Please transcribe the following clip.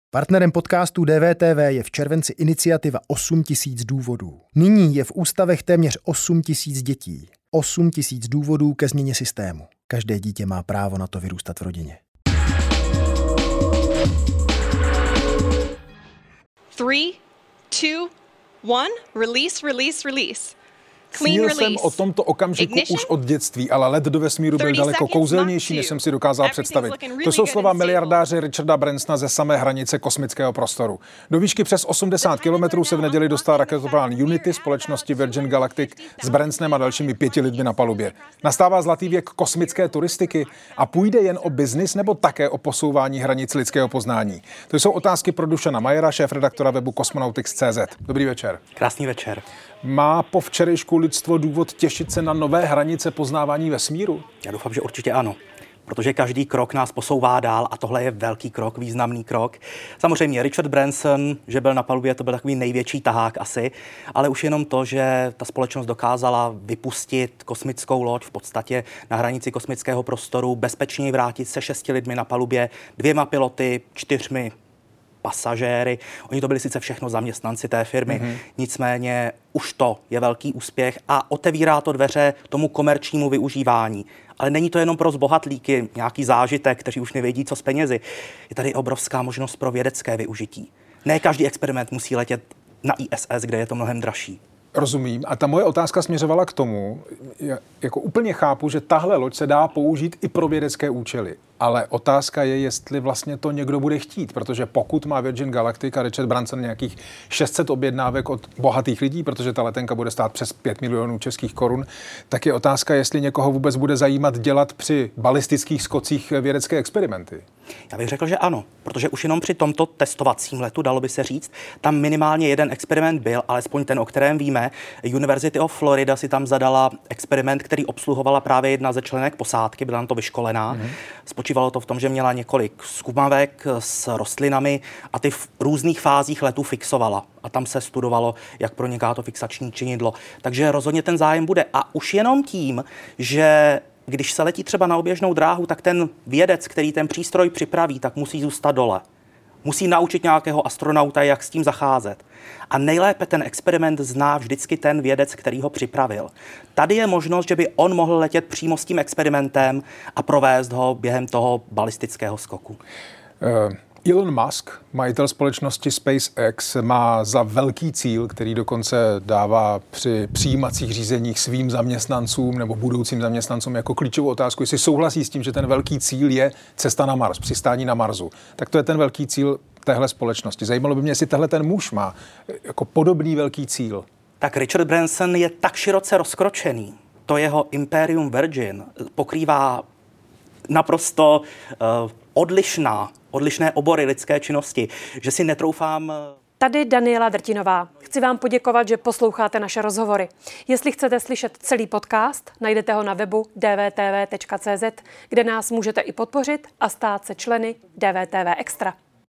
Partnerem podcastu DVTV je v červenci iniciativa 8000 důvodů. Nyní je v ústavech téměř 8000 dětí. 8000 důvodů ke změně systému. Každé dítě má právo na to vyrůstat v rodině. 3, 2, 1, release. Cíl jsem o tomto okamžiku už od dětství, ale let do vesmíru byl daleko kouzelnější, než jsem si dokázal představit. To jsou slova miliardáře Richarda Bransona ze samé hranice kosmického prostoru. Do výšky přes 80 kilometrů se v neděli dostal raketoplán Unity společnosti Virgin Galactic s Bransonem a dalšími 5 lidmi na palubě. Nastává zlatý věk kosmické turistiky a půjde jen o biznis nebo také o posouvání hranic lidského poznání? To jsou otázky pro Dušana Majera, šéfredaktora webu Cosmonautics.cz. Dobrý večer. Krásný večer. Má po včerejšku lidstvo důvod těšit se na nové hranice poznávání vesmíru? Já doufám, že určitě ano. Protože každý krok nás posouvá dál a tohle je velký krok, významný krok. Samozřejmě Richard Branson, že byl na palubě, to byl takový největší tahák asi, ale už jenom to, že ta společnost dokázala vypustit kosmickou loď v podstatě na hranici kosmického prostoru, bezpečně vrátit se 6 lidmi na palubě, 2 piloty, 4 pasažéry. Oni to byli sice všechno zaměstnanci té firmy, nicméně už to je velký úspěch a otevírá to dveře tomu komerčnímu využívání. Ale není to jenom pro zbohatlíky, nějaký zážitek, kteří už nevědí, co s penězi. Je tady obrovská možnost pro vědecké využití. Ne každý experiment musí letět na ISS, kde je to mnohem dražší. Rozumím. A ta moje otázka směřovala k tomu, jako úplně chápu, že tahle loď se dá použít i pro vědecké účely. Ale otázka je, jestli vlastně to někdo bude chtít, protože pokud má Virgin Galactic a Richard Branson nějakých 600 objednávek od bohatých lidí, protože ta letenka bude stát přes 5 milionů českých korun, tak je otázka, jestli někoho vůbec bude zajímat dělat při balistických skocích vědecké experimenty. Já bych řekl, že ano, protože už jenom při tomto testovacím letu, dalo by se říct, tam minimálně jeden experiment byl, alespoň ten, o kterém víme. University of Florida si tam zadala experiment, který obsluhovala právě jedna ze členek posádky, byla na to vyškolená. Spočívalo to v tom, že měla několik zkumavek s rostlinami a ty v různých fázích letu fixovala. A tam se studovalo, jak proniká to fixační činidlo. Takže rozhodně ten zájem bude. A už jenom tím, že když se letí třeba na oběžnou dráhu, tak ten vědec, který ten přístroj připraví, tak musí zůstat dole. Musí naučit nějakého astronauta, jak s tím zacházet. A nejlépe ten experiment zná vždycky ten vědec, který ho připravil. Tady je možnost, že by on mohl letět přímo s tím experimentem a provést ho během toho balistického skoku. Elon Musk, majitel společnosti SpaceX, má za velký cíl, který dokonce dává při přijímacích řízeních svým zaměstnancům nebo budoucím zaměstnancům jako klíčovou otázku, jestli souhlasí s tím, že ten velký cíl je cesta na Mars, přistání na Marsu. Tak to je ten velký cíl téhle společnosti. Zajímalo by mě, jestli tenhle ten muž má jako podobný velký cíl. Tak Richard Branson je tak široce rozkročený. To jeho Imperium Virgin pokrývá naprosto odlišné obory lidské činnosti, že si netroufám. Tady Daniela Drtinová. Chci vám poděkovat, že posloucháte naše rozhovory. Jestli chcete slyšet celý podcast, najdete ho na webu dvtv.cz, kde nás můžete i podpořit a stát se členy DVTV Extra.